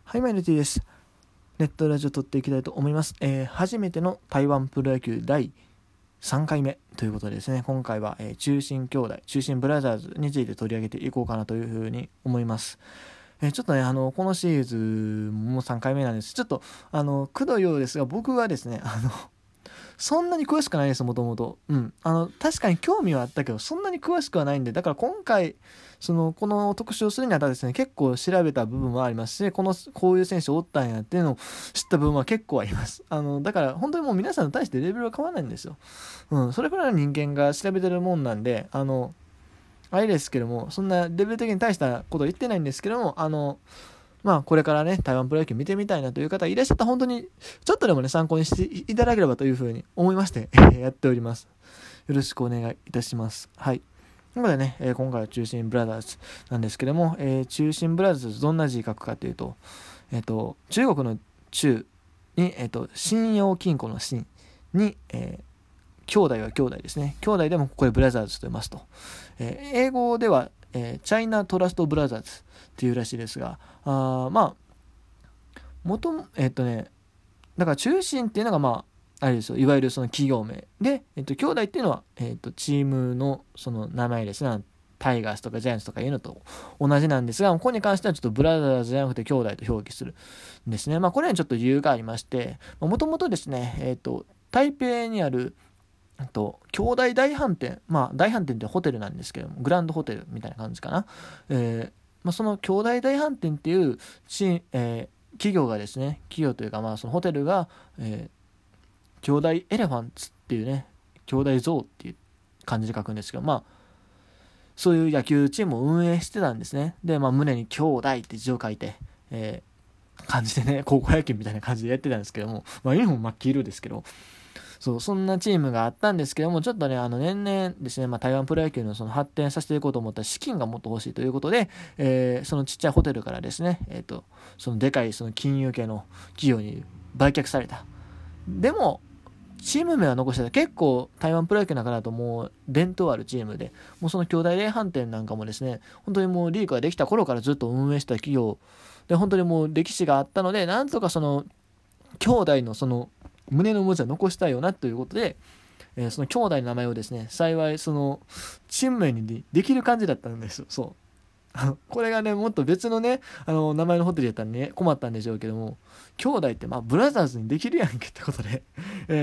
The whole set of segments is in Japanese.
はい、マイルティです。ネットラジオ撮っていきたいと思います。初めての台湾プロ野球第3回目ということでですね、今回は、中心兄弟、中心ブラザーズについて取り上げていこうかなというふうに思います。ちょっとね、このシリーズもう3回目なんです。ちょっと、くどいようですが、僕はですね、そんなに詳しくないです、もともと。確かに興味はあったけど、そんなに詳しくはないんで、だから今回、この特集をするにあたってですね、結構調べた部分はありますし、こういう選手おったんやっていうのを知った部分は結構あります。だから本当にもう皆さんに対してレベルは変わらないんですよ。それくらいの人間が調べてるもんなんで、あれですけども、そんなレベル的に大したこと言ってないんですけども、これからね、台湾プロ野球見てみたいなという方いらっしゃったら本当にちょっとでもね、参考にしていただければというふうに思いまして、やっております。よろしくお願いいたします。はい。なのでね、今回は中心ブラザーズなんですけども、中心ブラザーズどんな字書くかというと、中国の中に、信用金庫の信に、兄弟は兄弟ですね。兄弟でもこれブラザーズと言いますと。英語では、チャイナトラストブラザーズっていうらしいですが、だから中心っていうのがあれですよ、いわゆるその企業名で、兄弟っていうのは、チームのその名前ですね。タイガースとかジャイアンツとかいうのと同じなんですが、ここに関してはちょっとブラザーズじゃなくて兄弟と表記するんですね。これにちょっと理由がありまして、もともとですね、台北にある兄弟大飯店、大飯店ってホテルなんですけども、グランドホテルみたいな感じかな。その兄弟大飯店っていう企業がですね、企業というかそのホテルが、兄弟エレファンツっていうね、兄弟象っていう感じで書くんですけど、そういう野球チームを運営してたんですね。で、胸に兄弟って字を書いて、感じでね、高校野球みたいな感じでやってたんですけども、ユニフォーム真っ黄色ですけど、そんなチームがあったんですけども、ちょっとね、年々ですね、台湾プロ野球のその発展させていこうと思ったら資金がもっと欲しいということで、そのちっちゃいホテルからですね、そのでかいその金融系の企業に売却された。でも、チーム名は残してた。結構台湾プロ野球の中だともう伝統あるチームで、もうその兄弟霊飯店なんかもですね、本当にもうリーグができた頃からずっと運営した企業で、本当にもう歴史があったので、なんとかその兄弟のその胸の文字は残したいよなということで、その兄弟の名前をですね、幸いそのチーム名にできる感じだったんですよ。これがね、もっと別のね、名前のホテルやったらね、困ったんでしょうけども、兄弟ってブラザーズにできるやんけってことで、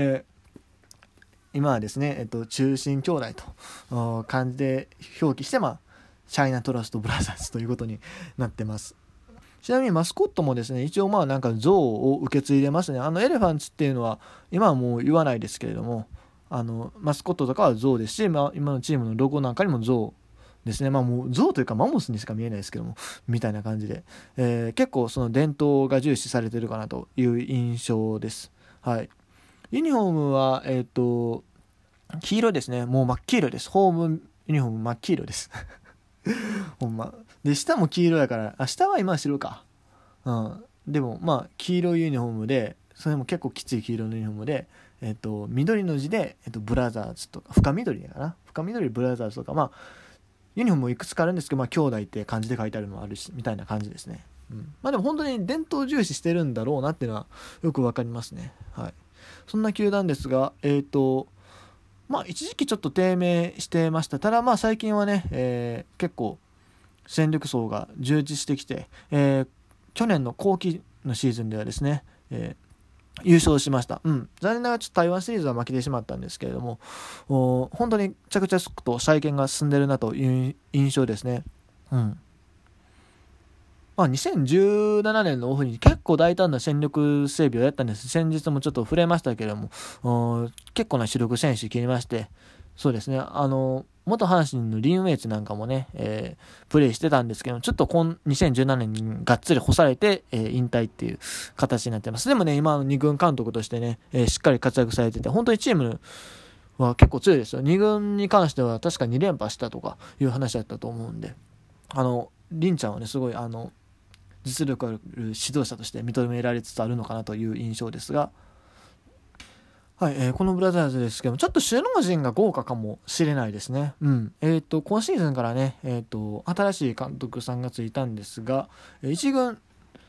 今はですね、中心兄弟と漢字で表記して、チャイナトラストブラザーズということになってます。ちなみにマスコットもですね、一応なんか象を受け継いでますね。エレファンツっていうのは、今はもう言わないですけれども、マスコットとかは象ですし、今のチームのロゴなんかにも象ですね。もう象というかマンモスにしか見えないですけども、みたいな感じで、結構その伝統が重視されてるかなという印象です。はい。ユニフォームは、黄色ですね。もう真っ黄色です。ホームユニフォーム真っ黄色です。ほんま。で、下も黄色やから、下は今は白か。でも、黄色いユニフォームで、それも結構きつい黄色のユニフォームで、緑の字で、ブラザーズとか、深緑やかな。深緑ブラザーズとか、ユニフォームもいくつかあるんですけど、兄弟って漢字で書いてあるのもあるし、みたいな感じですね。でも本当に伝統重視してるんだろうなっていうのはよくわかりますね。はい。そんな球団ですが、一時期ちょっと低迷してました。ただ最近はね、結構戦力層が充実してきて、去年の後期のシーズンではですね、優勝しました。残念ながらちょっと台湾シリーズは負けてしまったんですけれども、本当に着々と再建が進んでるなという印象ですね。2017年のオフに結構大胆な戦力整備をやったんです。先日もちょっと触れましたけれども、結構な主力選手切りまして、そうですね、元阪神のリン・ウェイツなんかもね、プレーしてたんですけど、ちょっと2017年にがっつり干されて、引退っていう形になってます。でもね、今の2軍監督としてね、しっかり活躍されてて、本当にチームは結構強いですよ。2軍に関しては確か2連覇したとかいう話だったと思うんで、リンちゃんはね、すごい実力ある指導者として認められつつあるのかなという印象ですが、はい、このブラザーズですけども、ちょっと首脳陣が豪華かもしれないですね。今シーズンからね、新しい監督さんがついたんですが、1軍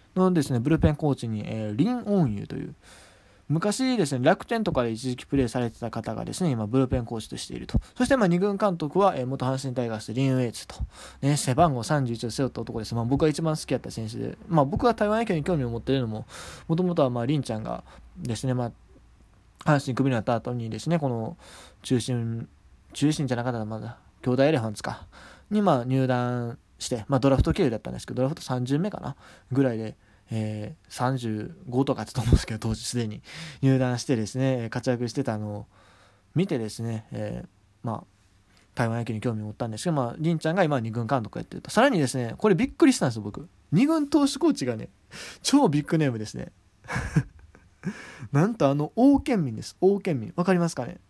のですねブルペンコーチに、リン・オンユーという昔ですね楽天とかで一時期プレーされてた方がですね今ブルペンコーチとしていると。そして2軍監督は、元阪神タイガースリン・ウェイツと、ね、背番号31を背負った男です。僕が一番好きだった選手で、僕が台湾野球に興味を持っているのももともとはリンちゃんがですね、阪神クビになった後にですねこの中心じゃなかったらまだ兄弟エレファンツかに入団して、ドラフト経由だったんですけど、ドラフト30名かなぐらいで、35とかってと思うんですけど、当時すでに入団してですね活躍してたのを見てですね、台湾野球に興味を持ったんですけど、リンちゃんが今2軍監督やってると。さらにですねこれびっくりしたんですよ僕。2軍投手コーチがね超ビッグネームですねなんと王建民です。王建民わかりますかね。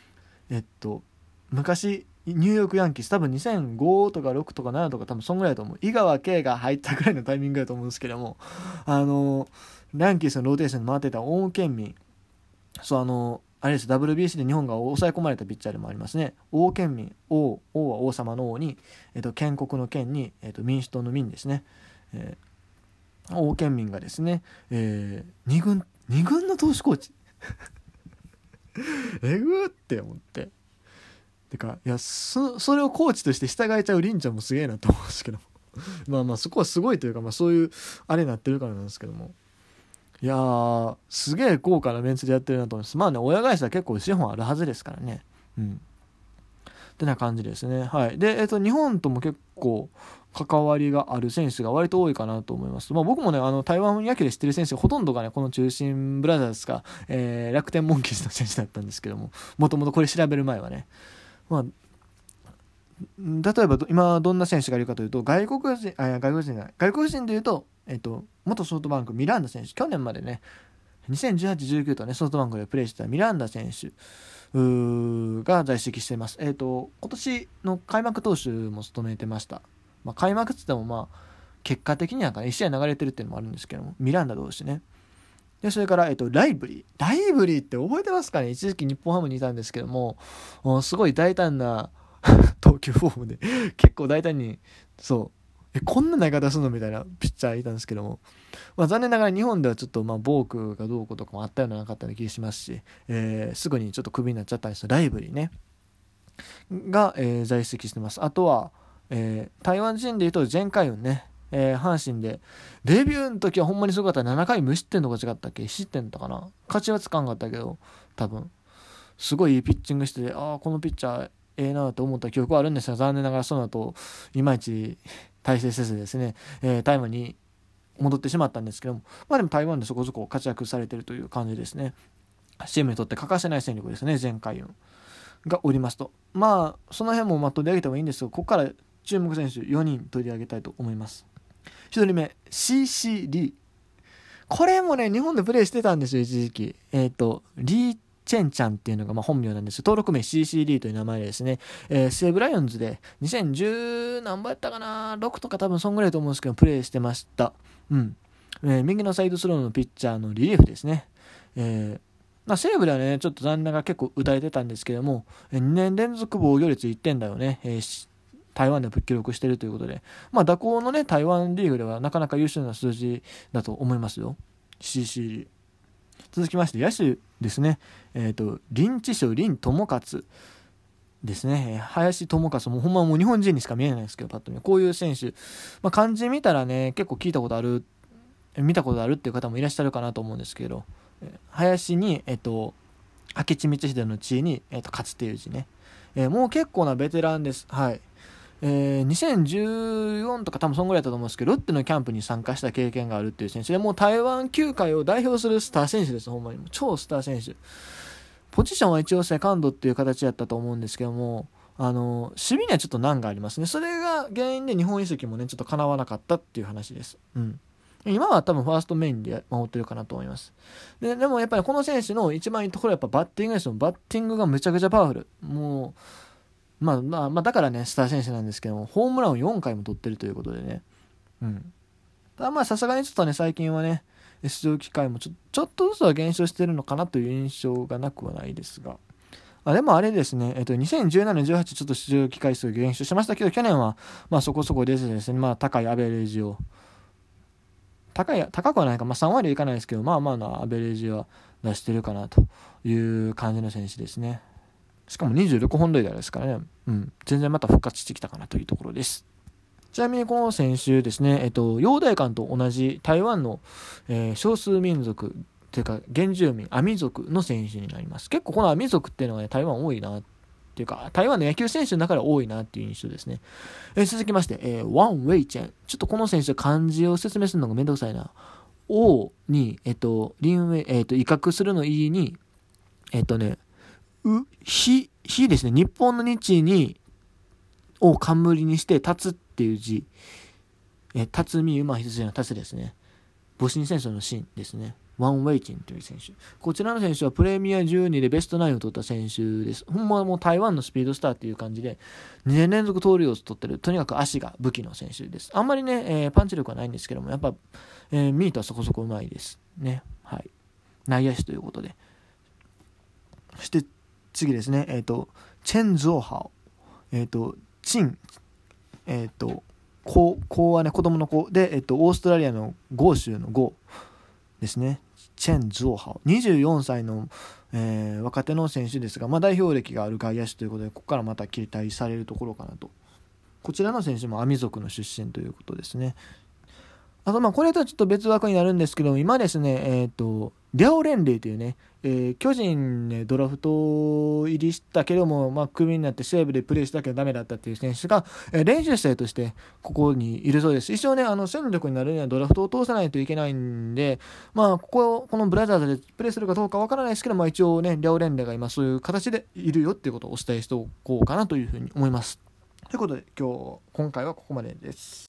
昔ニューヨークヤンキース多分2005とか6とか7とか多分そんぐらいだと思う。井川圭が入ったぐらいのタイミングだと思うんですけども、ヤンキースのローテーションに回ってた王建民、あれです、 WBC で日本が抑え込まれたピッチャーでもありますね。王建民、王は王様の王に、建国の建に、民主党の民ですね、王建民がですね、2軍の投手コーチえぐーって思って、てかいやそれをコーチとして従えちゃうリンちゃんもすげえなと思うんですけどそこはすごいというか、そういうあれになってるからなんですけども、いやーすげえ豪華なメンツでやってるなと思います。親会社は結構資本あるはずですからね。ってな感じですね。はい。で、日本とも結構関わりがある選手が割と多いかなと思います。僕もね台湾野球で知ってる選手ほとんどがねこの中心ブラザーズか、楽天モンキーズの選手だったんですけども、もともとこれ調べる前はね、例えば今どんな選手がいるかというと、外国人でいうと、元ソフトバンクミランダ選手、去年までね2018、19とねソフトバンクでプレーしてたミランダ選手が在籍しています。今年の開幕投手も務めてました。開幕って言っても結果的には1試合流れてるっていうのもあるんですけども、ミランダ同士ね。でそれから、ライブリーって覚えてますかね。一時期日本ハムにいたんですけども、すごい大胆な投球フォームで結構大胆にこんな投げ方するのみたいなピッチャーいたんですけども、残念ながら日本ではちょっとボークがどうこうとかもあったようななかったような気がしますし、すぐにちょっとクビになっちゃったんですよ。ライブリーねが、在籍してます。あとは、台湾人でいうとジェンカイウンね、阪神でデビューの時はほんまにすごかった。7回無失点とか違ったっけ、失点とかな、勝ちはつかんかったけど多分すごいいいピッチングしてて、このピッチャーええなと思った記憶はあるんですが、残念ながらその後いまいち大成せずですね、台湾に戻ってしまったんですけども、でも台湾でそこそこ活躍されているという感じですね。チームにとって欠かせない戦力ですね、前回がおりますと。その辺も取り上げてもいいんですが、ここから注目選手4人取り上げたいと思います。1人目 CC リー、これもね日本でプレーしてたんですよ一時期。リーチェンちゃんっていうのが本名なんです。登録名 CC リーという名前でですね、西武ライオンズで2010何本やったかな、6とか多分そんぐらいと思うんですけどプレーしてました。右のサイドスローのピッチャーのリリーフですね。西武ではねちょっと残念ながら結構打たれてたんですけども、2年連続防御率1点台をね、台湾で記録しているということで、打高のね台湾リーグではなかなか優秀な数字だと思いますよ。 CC リー。続きまして野手ですね。林智勝、林智勝ですね。林智勝もほんまもう日本人にしか見えないですけど、パッと見こういう選手、漢字見たらね結構見たことあるっていう方もいらっしゃるかなと思うんですけど、林に明智光秀の地に勝っていう字ね。もう結構なベテランです。はい。2014とか多分そんぐらいだったと思うんですけど、ロッテのキャンプに参加した経験があるっていう選手で、もう台湾球界を代表するスター選手です。ほんまに超スター選手。ポジションは一応セカンドっていう形だったと思うんですけども、守備にはちょっと難がありますね。それが原因で日本移籍もねちょっと叶わなかったっていう話です。今は多分ファーストメインで守ってるかなと思います。でもやっぱりこの選手の一番いいところはやっぱバッティングですよ。バッティングがめちゃくちゃパワフル。もうだからねスター選手なんですけども、ホームランを4回も取ってるということでね。たださすがにちょっとね最近はね出場機会もちょっとずつは減少してるのかなという印象がなくはないですが、でもあれですね、2017年18ちょっと出場機会数減少しましたけど、去年はそこそこ出てですね、高いアベレージを高くはないか、3割はいかないですけど、まあまあなアベレージは出してるかなという感じの選手ですね。しかも26本塁打ですからね、全然また復活してきたかなというところです。ちなみにこの選手ですね、陽大館と同じ台湾の、少数民族というか原住民アミ族の選手になります。結構このアミ族っていうのがね、台湾多いなっていうか、台湾の野球選手の中で多いなっていう印象ですね。続きまして、ワン・ウェイチェン。ちょっとこの選手漢字を説明するのがめんどくさいな。王に、リンウェイ、威嚇するの意に、日ですね、日本の日に、を冠にして、立つっていう字、辰巳馬羊の立つですね。戊辰戦争の真ですね。ワン・ウェイチンという選手。こちらの選手はプレミア12でベストナインを取った選手です。ほんまはもう台湾のスピードスターっていう感じで、2年連続盗塁を取ってる、とにかく足が武器の選手です。あんまりね、パンチ力はないんですけども、やっぱ、ミートはそこそこうまいですね。はい。内野手ということで。そして次ですね、チェン・ゾーハオ。チン、子はね、子供の子で、オーストラリアの豪州の豪ですね。チェン・ゾーハオ。24歳の、若手の選手ですが、代表歴がある外野手ということで、ここからまた期待されるところかなと。こちらの選手もアミ族の出身ということですね。あとこれとはちょっと別枠になるんですけども、今ですね、リャオレンレイというね、巨人ねドラフト入りしたけども、クビになって西武でプレーしたけどダメだったっていう選手が、練習生としてここにいるそうです。一応ね、戦力になるにはドラフトを通さないといけないんで、このブラザーズでプレーするかどうかわからないですけど、一応ね、リャオレンレイが今そういう形でいるよっていうことをお伝えしておこうかなというふうに思います。ということで今回はここまでです。